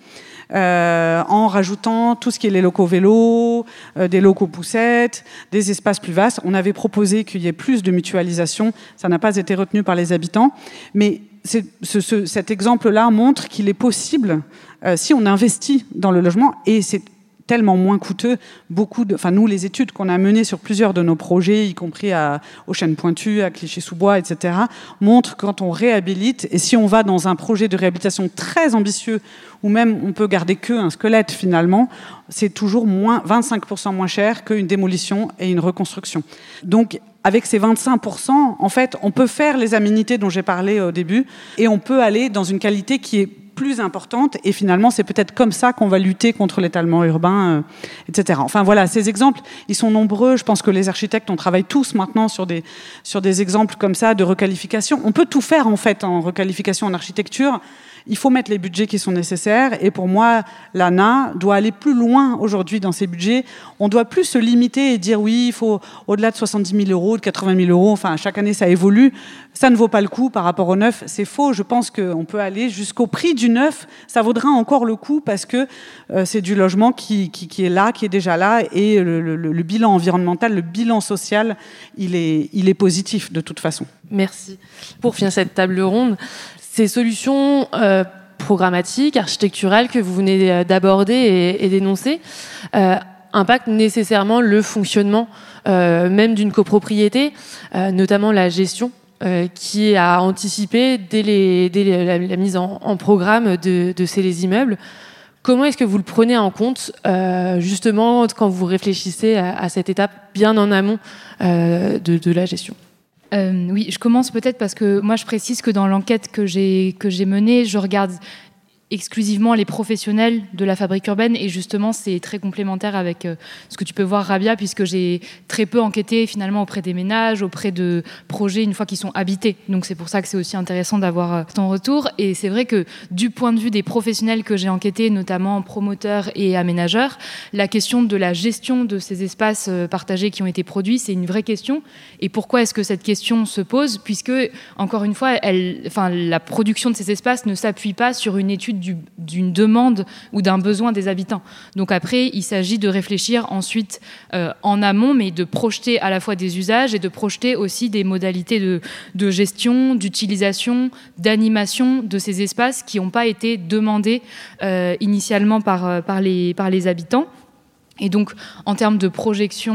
Euh, en rajoutant tout ce qui est les locaux vélos, euh, des locaux poussettes, des espaces plus vastes. On avait proposé qu'il y ait plus de mutualisation. Ça n'a pas été retenu par les habitants. Mais c'est, ce, ce, cet exemple-là montre qu'il est possible, euh, si on investit dans le logement, et c'est tellement moins coûteux. Beaucoup de, enfin nous, les études qu'on a menées sur plusieurs de nos projets, y compris à, aux Chênes-Pointus, à Clichy-sous-Bois, et cetera, montrent que quand on réhabilite, et si on va dans un projet de réhabilitation très ambitieux, ou même on peut garder qu'un squelette finalement, c'est toujours moins, vingt-cinq pour cent moins cher qu'une démolition et une reconstruction. Donc, avec ces vingt-cinq pour cent, en fait, on peut faire les aménités dont j'ai parlé au début, et on peut aller dans une qualité qui est plus importante, et finalement c'est peut-être comme ça qu'on va lutter contre l'étalement urbain, euh, et cetera. Enfin voilà, ces exemples, ils sont nombreux. Je pense que les architectes, on travaille tous maintenant sur des, sur des exemples comme ça de requalification. On peut tout faire en fait en requalification en architecture. Il faut mettre les budgets qui sont nécessaires, et pour moi, l'A N A doit aller plus loin aujourd'hui dans ses budgets. On doit plus se limiter et dire oui, il faut au-delà de soixante-dix mille euros, de quatre-vingt mille euros, enfin chaque année ça évolue. Ça ne vaut pas le coup par rapport au neuf, c'est faux. Je pense qu'on peut aller jusqu'au prix du neuf, ça vaudra encore le coup parce que euh, c'est du logement qui, qui, qui est là, qui est déjà là, et le, le, le bilan environnemental, le bilan social, il est, il est positif de toute façon. Merci. Pour finir cette table ronde, ces solutions euh, programmatiques, architecturales que vous venez d'aborder et, et d'énoncer euh, impactent nécessairement le fonctionnement euh, même d'une copropriété, euh, notamment la gestion euh, qui a anticipé dès, les, dès les, la, la mise en, en programme de, de ces immeubles. Comment est-ce que vous le prenez en compte euh, justement quand vous réfléchissez à, à cette étape bien en amont euh, de, de la gestion ? Euh, oui, je commence peut-être parce que moi, je précise que dans l'enquête que j'ai, que j'ai menée, je regarde exclusivement les professionnels de la fabrique urbaine, et justement c'est très complémentaire avec euh, ce que tu peux voir, Rabia, puisque j'ai très peu enquêté finalement auprès des ménages, auprès de projets une fois qu'ils sont habités, donc c'est pour ça que c'est aussi intéressant d'avoir euh, ton retour. Et c'est vrai que du point de vue des professionnels que j'ai enquêtés, notamment promoteurs et aménageurs, la question de la gestion de ces espaces euh, partagés qui ont été produits, c'est une vraie question. Et pourquoi est-ce que cette question se pose? Puisque encore une fois, elle, enfin, la production de ces espaces ne s'appuie pas sur une étude Du, d'une demande ou d'un besoin des habitants. Donc après, il s'agit de réfléchir ensuite euh, en amont, mais de projeter à la fois des usages et de projeter aussi des modalités de, de gestion, d'utilisation, d'animation de ces espaces qui n'ont pas été demandés euh, initialement par, par, les, par les habitants. Et donc, en termes de projection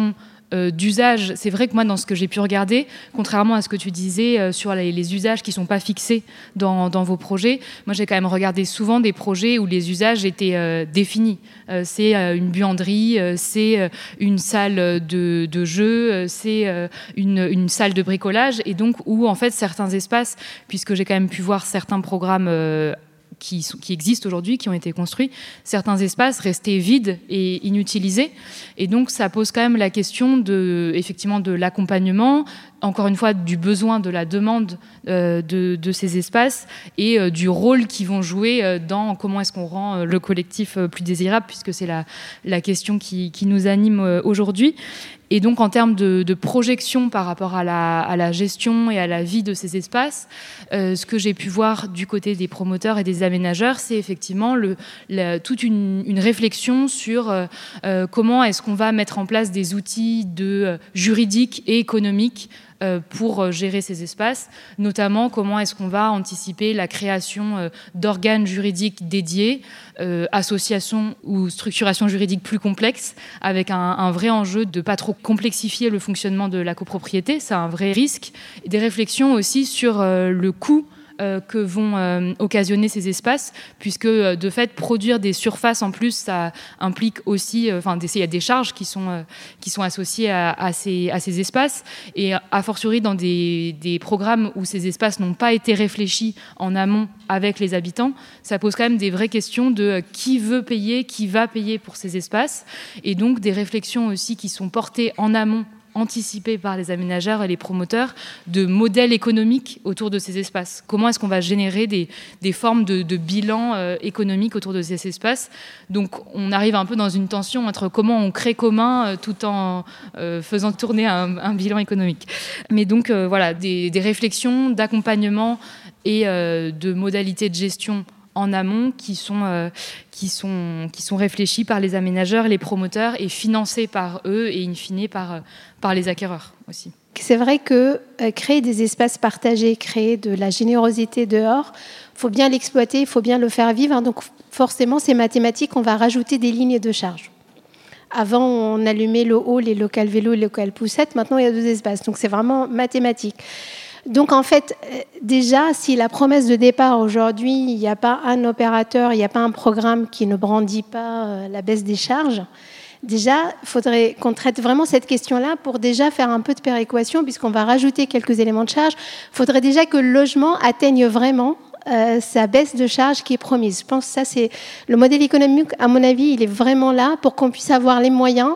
euh, d'usage. C'est vrai que moi, dans ce que j'ai pu regarder, contrairement à ce que tu disais euh, sur les, les usages qui ne sont pas fixés dans, dans vos projets, moi, j'ai quand même regardé souvent des projets où les usages étaient euh, définis. Euh, c'est euh, une buanderie, euh, c'est euh, une salle de, de jeu, euh, c'est euh, une, une salle de bricolage, et donc où, en fait, certains espaces, puisque j'ai quand même pu voir certains programmes euh, Qui, sont, qui existent aujourd'hui, qui ont été construits, certains espaces restaient vides et inutilisés. Et donc, ça pose quand même la question de, effectivement, de l'accompagnement, encore une fois, du besoin, de la demande euh, de, de ces espaces et euh, du rôle qu'ils vont jouer euh, dans comment est-ce qu'on rend euh, le collectif euh, plus désirable, puisque c'est la, la question qui, qui nous anime euh, aujourd'hui. Et donc, en termes de, de projection par rapport à la, à la gestion et à la vie de ces espaces, euh, ce que j'ai pu voir du côté des promoteurs et des aménageurs, c'est effectivement le, le, toute une, une réflexion sur euh, euh, comment est-ce qu'on va mettre en place des outils de, euh, juridiques et économiques euh, pour gérer ces espaces, notamment comment est-ce qu'on va anticiper la création euh, d'organes juridiques dédiés, euh, associations ou structurations juridiques plus complexes, avec un, un vrai enjeu de ne pas trop complexifier le fonctionnement de la copropriété, c'est un vrai risque. Et des réflexions aussi sur euh, le coût Euh, que vont euh, occasionner ces espaces, puisque euh, de fait produire des surfaces en plus, ça implique aussi, enfin euh, il y a des charges qui sont euh, qui sont associées à, à ces à ces espaces, et a fortiori dans des des programmes où ces espaces n'ont pas été réfléchis en amont avec les habitants, ça pose quand même des vraies questions de euh, qui veut payer, qui va payer pour ces espaces, et donc des réflexions aussi qui sont portées en amont, anticipés par les aménageurs et les promoteurs, de modèles économiques autour de ces espaces. Comment est-ce qu'on va générer des, des formes de, de bilan euh, économique autour de ces espaces? Donc on arrive un peu dans une tension entre comment on crée commun euh, tout en euh, faisant tourner un, un bilan économique. Mais donc euh, voilà, des, des réflexions d'accompagnement et euh, de modalités de gestion en amont qui sont, euh, qui, sont, qui sont réfléchis par les aménageurs, les promoteurs et financés par eux et in fine par, par les acquéreurs aussi. C'est vrai que euh, créer des espaces partagés, créer de la générosité dehors, il faut bien l'exploiter, il faut bien le faire vivre. Hein, donc forcément, c'est mathématique, on va rajouter des lignes de charge. Avant, on allumait le hall, les locales vélo, les locales poussettes. Maintenant, il y a deux espaces. Donc c'est vraiment mathématique. Donc en fait, déjà, si la promesse de départ aujourd'hui, il n'y a pas un opérateur, il n'y a pas un programme qui ne brandit pas la baisse des charges, déjà, il faudrait qu'on traite vraiment cette question-là pour déjà faire un peu de péréquation, puisqu'on va rajouter quelques éléments de charge. Il faudrait déjà que le logement atteigne vraiment euh, sa baisse de charge qui est promise. Je pense que ça, c'est le modèle économique, à mon avis, il est vraiment là pour qu'on puisse avoir les moyens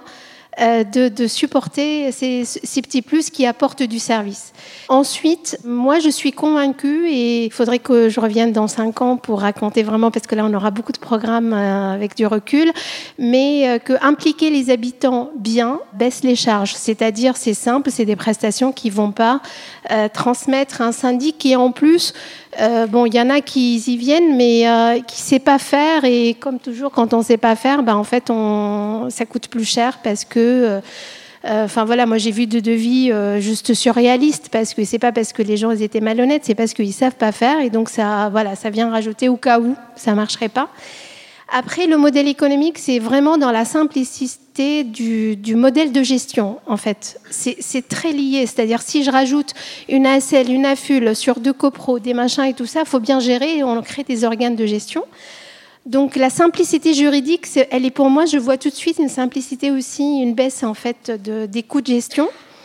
De, de supporter ces, ces petits plus qui apportent du service. Ensuite, moi, je suis convaincue, et il faudrait que je revienne dans cinq ans pour raconter vraiment, parce que là, on aura beaucoup de programmes avec du recul, mais que impliquer les habitants bien baisse les charges. C'est-à-dire, c'est simple, c'est des prestations qui ne vont pas euh, transmettre un syndic qui, en plus, Euh, bon, il y en a qui y viennent, mais euh, qui ne sait pas faire. Et comme toujours, quand on ne sait pas faire, ben, en fait, on, ça coûte plus cher parce que... Enfin euh, voilà, moi j'ai vu de devis euh, juste surréalistes, parce que c'est pas parce que les gens ils étaient malhonnêtes, c'est parce qu'ils savent pas faire, et donc ça, voilà, ça vient rajouter au cas où ça marcherait pas. Après, le modèle économique, c'est vraiment dans la simplicité du, du modèle de gestion, en fait. C'est, c'est très lié. C'est-à-dire, si je rajoute une A S L, une A F U L sur deux copros, des machins et tout ça, il faut bien gérer, et on crée des organes de gestion. Donc, la simplicité juridique, c'est, elle est pour moi, je vois tout de suite une simplicité aussi, une baisse, en fait, de, des coûts de gestion.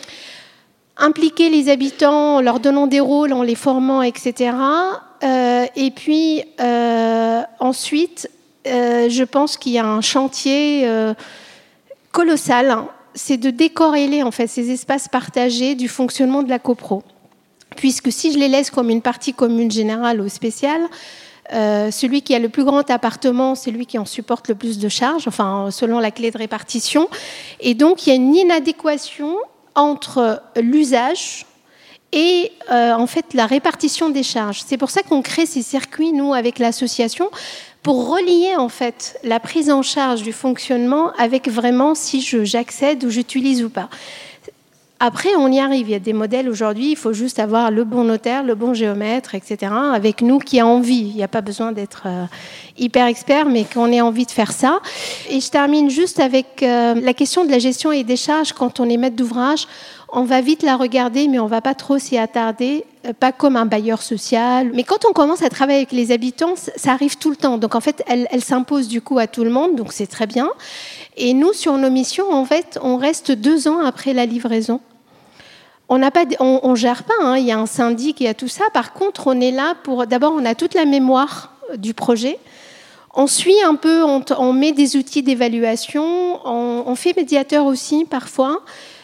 Impliquer les habitants en leur donnant des rôles, en les formant, et cetera. Euh, et puis, euh, ensuite... Euh, je pense qu'il y a un chantier euh, colossal, hein. C'est de décorréler en fait ces espaces partagés du fonctionnement de la copro. Puisque si je les laisse comme une partie commune générale ou spéciale, euh, celui qui a le plus grand appartement, c'est lui qui en supporte le plus de charges, enfin selon la clé de répartition. Et donc il y a une inadéquation entre l'usage et euh, en fait la répartition des charges. C'est pour ça qu'on crée ces circuits, nous, avec l'association, pour relier en fait la prise en charge du fonctionnement avec vraiment si je, j'accède ou j'utilise ou pas. Après, on y arrive. Il y a des modèles aujourd'hui, il faut juste avoir le bon notaire, le bon géomètre, et cetera. Avec nous qui a envie. Il n'y a pas besoin d'être euh, hyper expert, mais qu'on ait envie de faire ça. Et je termine juste avec euh, la question de la gestion et des charges. Quand on est maître d'ouvrage, on va vite la regarder, mais on ne va pas trop s'y attarder, euh, pas comme un bailleur social. Mais quand on commence à travailler avec les habitants, ça arrive tout le temps. Donc en fait, elle, elle s'impose du coup à tout le monde, donc c'est très bien. Et nous, sur nos missions, en fait, on reste deux ans après la livraison. On n'a pas, on, on gère pas. Hein, il y a un syndic, il y a tout ça. Par contre, on est là pour. D'abord, on a toute la mémoire du projet. On suit un peu. On, on met des outils d'évaluation. On, on fait médiateur aussi parfois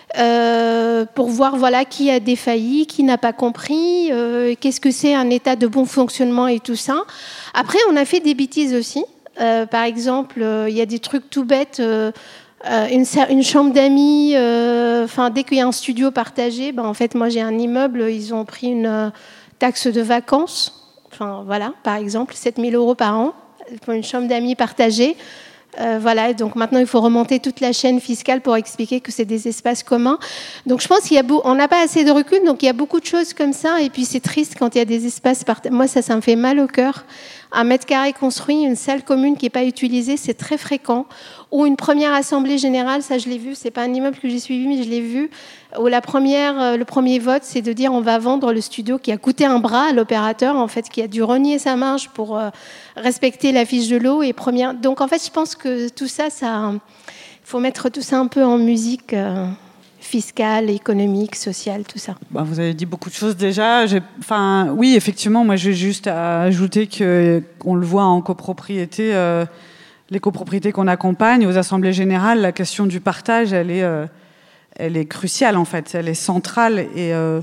euh, pour voir voilà qui a défailli, qui n'a pas compris, euh, qu'est-ce que c'est un état de bon fonctionnement et tout ça. Après, on a fait des bêtises aussi. Euh, par exemple, euh, il y a des trucs tout bêtes, euh, euh, une, une chambre d'amis, euh, dès qu'il y a un studio partagé, ben, en fait, moi j'ai un immeuble, ils ont pris une euh, taxe de vacances, enfin, voilà, par exemple, sept mille euros par an pour une chambre d'amis partagée. Euh, voilà, donc maintenant il faut remonter toute la chaîne fiscale pour expliquer que c'est des espaces communs. Donc je pense qu'il y a beau, on n'a pas assez de recul, donc il y a beaucoup de choses comme ça. Et puis c'est triste quand il y a des espaces partagés. Moi ça, ça me fait mal au cœur. Un mètre carré construit, une salle commune qui n'est pas utilisée, c'est très fréquent. Ou une première assemblée générale, ça je l'ai vu, c'est pas un immeuble que j'ai suivi, mais je l'ai vu, où la première, le premier vote, c'est de dire on va vendre le studio qui a coûté un bras à l'opérateur, en fait, qui a dû renier sa marge pour euh, respecter la fiche de l'eau. Et première... Donc en fait, je pense que tout ça, ça, il faut mettre tout ça un peu en musique. Euh... fiscale, économique, sociale, tout ça. Bah, vous avez dit beaucoup de choses déjà. J'ai... Enfin, oui, effectivement, moi, j'ai juste à ajouter qu'on le voit en copropriété, euh, les copropriétés qu'on accompagne, aux assemblées générales, la question du partage, elle est, euh, elle est cruciale, en fait. Elle est centrale et euh,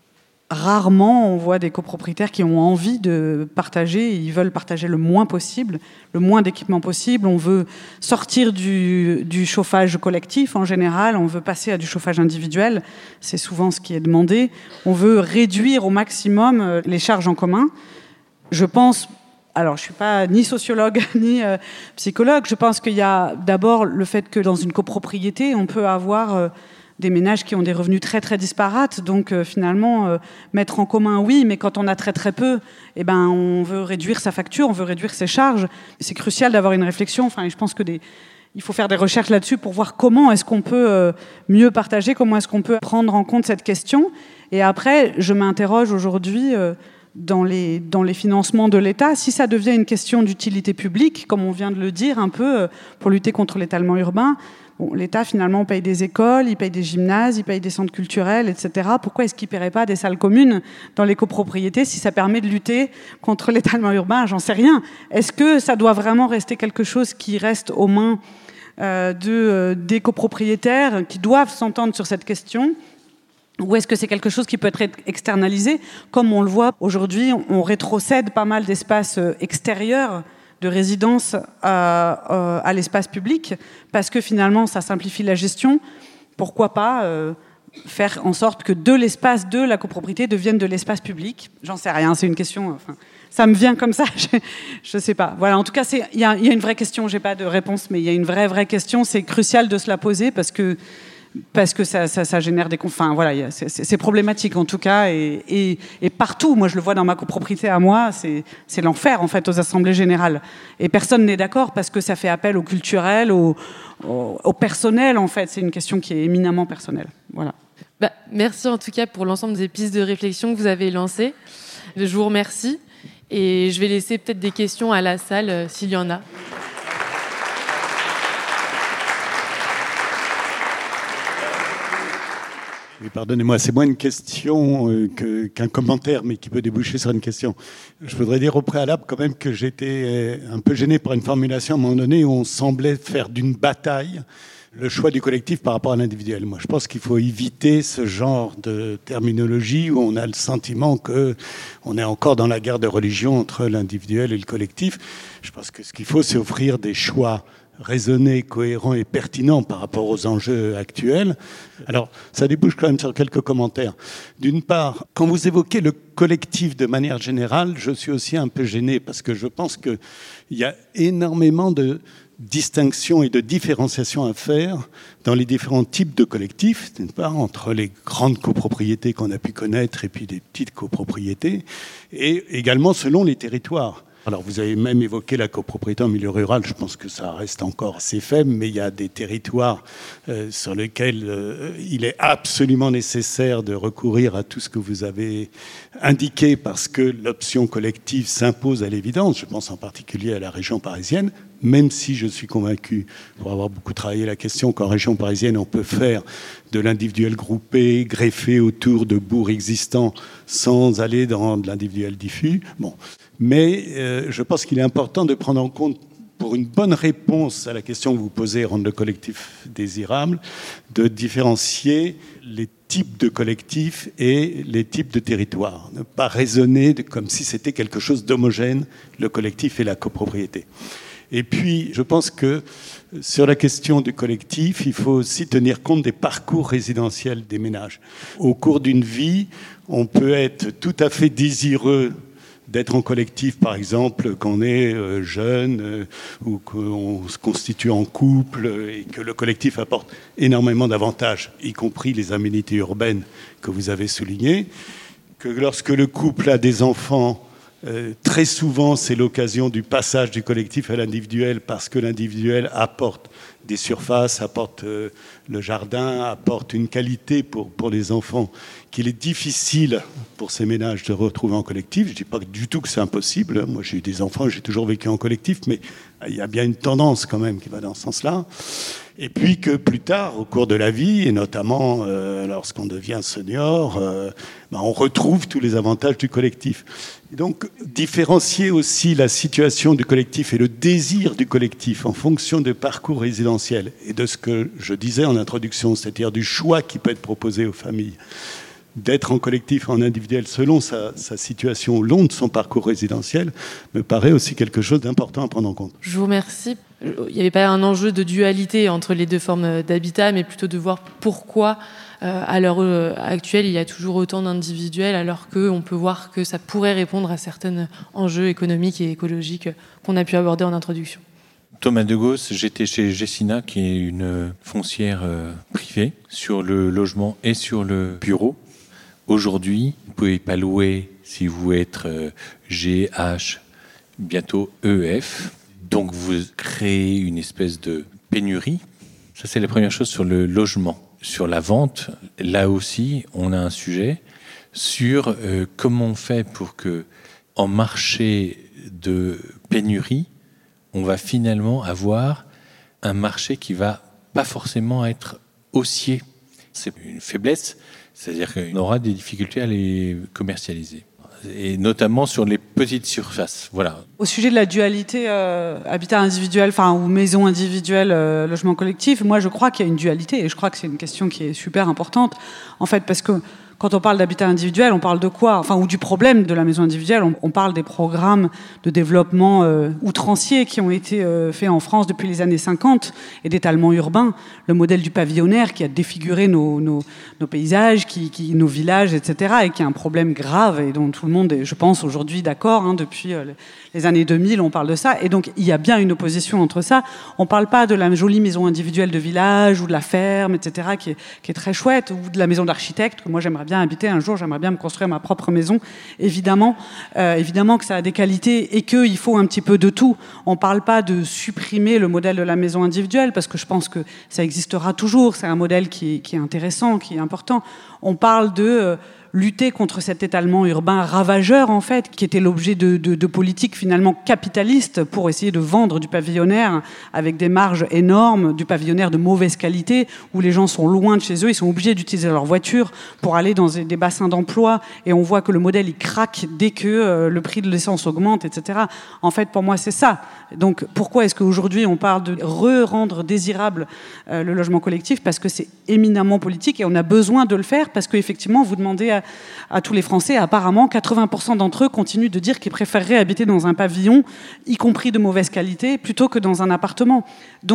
rarement, on voit des copropriétaires qui ont envie de partager. Ils veulent partager le moins possible, le moins d'équipements possible. On veut sortir du, du chauffage collectif en général. On veut passer à du chauffage individuel. C'est souvent ce qui est demandé. On veut réduire au maximum les charges en commun. Je pense... Alors, je ne suis pas ni sociologue ni euh, psychologue. Je pense qu'il y a d'abord le fait que dans une copropriété, on peut avoir... Euh, des ménages qui ont des revenus très très disparates, donc euh, finalement euh, mettre en commun oui, mais quand on a très très peu, eh ben on veut réduire sa facture, on veut réduire ses charges. C'est crucial d'avoir une réflexion. Enfin, je pense que des, il faut faire des recherches là-dessus pour voir comment est-ce qu'on peut euh, mieux partager, comment est-ce qu'on peut prendre en compte cette question. Et après, je m'interroge aujourd'hui euh, dans les dans les financements de l'État, si ça devient une question d'utilité publique, comme on vient de le dire un peu euh, pour lutter contre l'étalement urbain. Bon, l'État, finalement, paye des écoles, il paye des gymnases, il paye des centres culturels, et cetera. Pourquoi est-ce qu'il ne paierait pas des salles communes dans les copropriétés si ça permet de lutter contre l'étalement urbain? J'en sais rien. Est-ce que ça doit vraiment rester quelque chose qui reste aux mains euh, de, euh, des copropriétaires qui doivent s'entendre sur cette question? Ou est-ce que c'est quelque chose qui peut être externalisé? Comme on le voit aujourd'hui, on rétrocède pas mal d'espaces extérieurs de résidence à, à l'espace public, parce que finalement, ça simplifie la gestion. Pourquoi pas euh, faire en sorte que de l'espace de la copropriété devienne de l'espace public? J'en sais rien, c'est une question... Enfin, ça me vient comme ça, je ne sais pas. Voilà, en tout cas, il y, y a une vraie question, je n'ai pas de réponse, mais il y a une vraie, vraie question. C'est crucial de se la poser, parce que parce que ça, ça, ça génère des... Enfin, voilà, c'est, c'est problématique, en tout cas, et, et, et partout. Moi, je le vois dans ma copropriété à moi, c'est, c'est l'enfer, en fait, aux assemblées générales. Et personne n'est d'accord, parce que ça fait appel au culturel, au, au, au personnel, en fait. C'est une question qui est éminemment personnelle. Voilà. Bah, merci, en tout cas, pour l'ensemble des pistes de réflexion que vous avez lancées. Je vous remercie. Et je vais laisser peut-être des questions à la salle, euh, s'il y en a. Oui, pardonnez-moi, c'est moins une question euh, que, qu'un commentaire, mais qui peut déboucher sur une question. Je voudrais dire au préalable quand même que j'étais un peu gêné par une formulation à un moment donné où on semblait faire d'une bataille le choix du collectif par rapport à l'individuel. Moi, je pense qu'il faut éviter ce genre de terminologie où on a le sentiment qu'on est encore dans la guerre de religion entre l'individuel et le collectif. Je pense que ce qu'il faut, c'est offrir des choix raisonnés, cohérents et pertinents par rapport aux enjeux actuels. Alors, ça débouche quand même sur quelques commentaires. D'une part, quand vous évoquez le collectif de manière générale, je suis aussi un peu gêné parce que je pense qu'il y a énormément de, distinction et de différenciation à faire dans les différents types de collectifs, n'est-ce pas, entre les grandes copropriétés qu'on a pu connaître et puis des petites copropriétés, et également selon les territoires. Alors vous avez même évoqué la copropriété en milieu rural, je pense que ça reste encore assez faible, mais il y a des territoires euh, sur lesquels euh, il est absolument nécessaire de recourir à tout ce que vous avez indiqué parce que l'option collective s'impose à l'évidence. Je pense en particulier à la région parisienne, même si je suis convaincu, pour avoir beaucoup travaillé la question, qu'en région parisienne, on peut faire de l'individuel groupé, greffé autour de bourgs existants, sans aller dans de l'individuel diffus. Bon. Mais euh, je pense qu'il est important de prendre en compte, pour une bonne réponse à la question que vous posez, rendre le collectif désirable, de différencier les types de collectifs et les types de territoires. Ne pas raisonner de, comme si c'était quelque chose d'homogène, le collectif et la copropriété. Et puis, je pense que sur la question du collectif, il faut aussi tenir compte des parcours résidentiels des ménages. Au cours d'une vie, on peut être tout à fait désireux d'être en collectif, par exemple, quand on est jeune euh, ou qu'on se constitue en couple et que le collectif apporte énormément d'avantages, y compris les aménités urbaines que vous avez soulignées, que lorsque le couple a des enfants, euh, très souvent c'est l'occasion du passage du collectif à l'individuel parce que l'individuel apporte des surfaces, apporte euh, le jardin, apporte une qualité pour, pour les enfants qu'il est difficile pour ces ménages de retrouver en collectif. Je ne dis pas du tout que c'est impossible. Moi, j'ai eu des enfants, j'ai toujours vécu en collectif, mais il y a bien une tendance quand même qui va dans ce sens-là. Et puis que plus tard, au cours de la vie, et notamment euh, lorsqu'on devient senior, euh, ben, on retrouve tous les avantages du collectif. Et donc, différencier aussi la situation du collectif et le désir du collectif en fonction des parcours résidentiels et de ce que je disais en introduction, c'est-à-dire du choix qui peut être proposé aux familles d'être en collectif, en individuel, selon sa, sa situation au long de son parcours résidentiel, me paraît aussi quelque chose d'important à prendre en compte. Je vous remercie. Il n'y avait pas un enjeu de dualité entre les deux formes d'habitat, mais plutôt de voir pourquoi, euh, à l'heure actuelle, il y a toujours autant d'individuels, alors qu'on peut voir que ça pourrait répondre à certains enjeux économiques et écologiques qu'on a pu aborder en introduction. Thomas Degos, j'étais chez Gessina, qui est une foncière euh, privée, sur le logement et sur le bureau. Aujourd'hui, vous ne pouvez pas louer si vous êtes euh, G H, bientôt E F. Donc vous créez une espèce de pénurie. Ça, c'est la première chose sur le logement. Sur la vente, là aussi, on a un sujet sur euh, comment on fait pour que, en marché de pénurie, on va finalement avoir un marché qui va pas forcément être haussier. C'est une faiblesse. C'est-à-dire qu'on aura des difficultés à les commercialiser. Et notamment sur les petites surfaces. Voilà. Au sujet de la dualité euh, habitat individuel, enfin, ou maison individuelle, euh, logement collectif, moi je crois qu'il y a une dualité et je crois que c'est une question qui est super importante. En fait, parce que quand on parle d'habitat individuel, on parle de quoi ? Enfin, ou du problème de la maison individuelle, on, on parle des programmes de développement euh, outranciers qui ont été euh, faits en France depuis les années cinquante et d'étalement urbain. Le modèle du pavillonnaire qui a défiguré nos, nos, nos paysages, qui, qui, nos villages, et cetera, et qui est un problème grave et dont tout le monde est, je pense, aujourd'hui d'accord. Hein, depuis euh, les années deux mille, on parle de ça. Et donc, il y a bien une opposition entre ça. On ne parle pas de la jolie maison individuelle de village ou de la ferme, et cetera, qui est, qui est très chouette, ou de la maison d'architecte, que moi j'aimerais bien habiter un jour, j'aimerais bien me construire ma propre maison. Évidemment, euh, évidemment que ça a des qualités et qu'il faut un petit peu de tout. On ne parle pas de supprimer le modèle de la maison individuelle, parce que je pense que ça existera toujours. C'est un modèle qui, qui est intéressant, qui est important. On parle de... Euh, lutter contre cet étalement urbain ravageur, en fait, qui était l'objet de, de, de politiques finalement capitalistes pour essayer de vendre du pavillonnaire avec des marges énormes, du pavillonnaire de mauvaise qualité, où les gens sont loin de chez eux, ils sont obligés d'utiliser leur voiture pour aller dans des bassins d'emploi, et on voit que le modèle, il craque dès que euh, le prix de l'essence augmente, et cetera. En fait, pour moi, c'est ça. Donc, pourquoi est-ce qu'aujourd'hui, on parle de re-rendre désirable euh, le logement collectif ? Parce que c'est éminemment politique, et on a besoin de le faire, parce qu'effectivement, vous demandez à à tous les Français, apparemment, quatre-vingts pour cent d'entre eux continuent de dire qu'ils préféreraient habiter dans un pavillon, y compris de mauvaise qualité, plutôt que dans un appartement. Donc,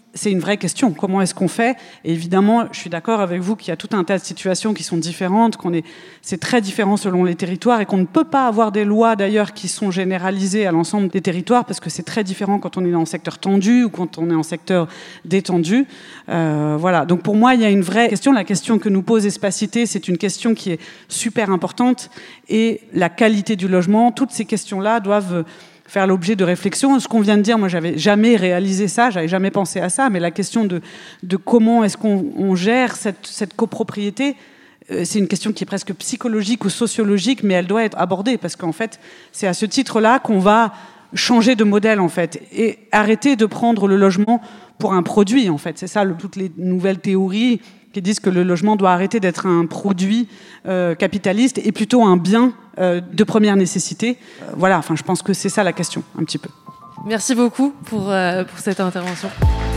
c'est une vraie question. Comment est-ce qu'on fait ? Et évidemment, je suis d'accord avec vous qu'il y a tout un tas de situations qui sont différentes, qu'on est, c'est très différent selon les territoires et qu'on ne peut pas avoir des lois d'ailleurs qui sont généralisées à l'ensemble des territoires parce que c'est très différent quand on est dans le secteur tendu ou quand on est en secteur détendu. Euh, voilà. Donc pour moi, il y a une vraie question. La question que nous pose Espacité, c'est une question qui est super importante et la qualité du logement, toutes ces questions-là doivent faire l'objet de réflexions. Ce qu'on vient de dire, moi, j'avais jamais réalisé ça, j'avais jamais pensé à ça, mais la question de, de comment est-ce qu'on on gère cette, cette copropriété, euh, c'est une question qui est presque psychologique ou sociologique, mais elle doit être abordée, parce qu'en fait, c'est à ce titre-là qu'on va changer de modèle, en fait, et arrêter de prendre le logement pour un produit, en fait. C'est ça, le, toutes les nouvelles théories qui disent que le logement doit arrêter d'être un produit euh, capitaliste et plutôt un bien euh, de première nécessité. Euh, voilà, enfin, je pense que c'est ça la question, un petit peu. Merci beaucoup pour, euh, pour cette intervention.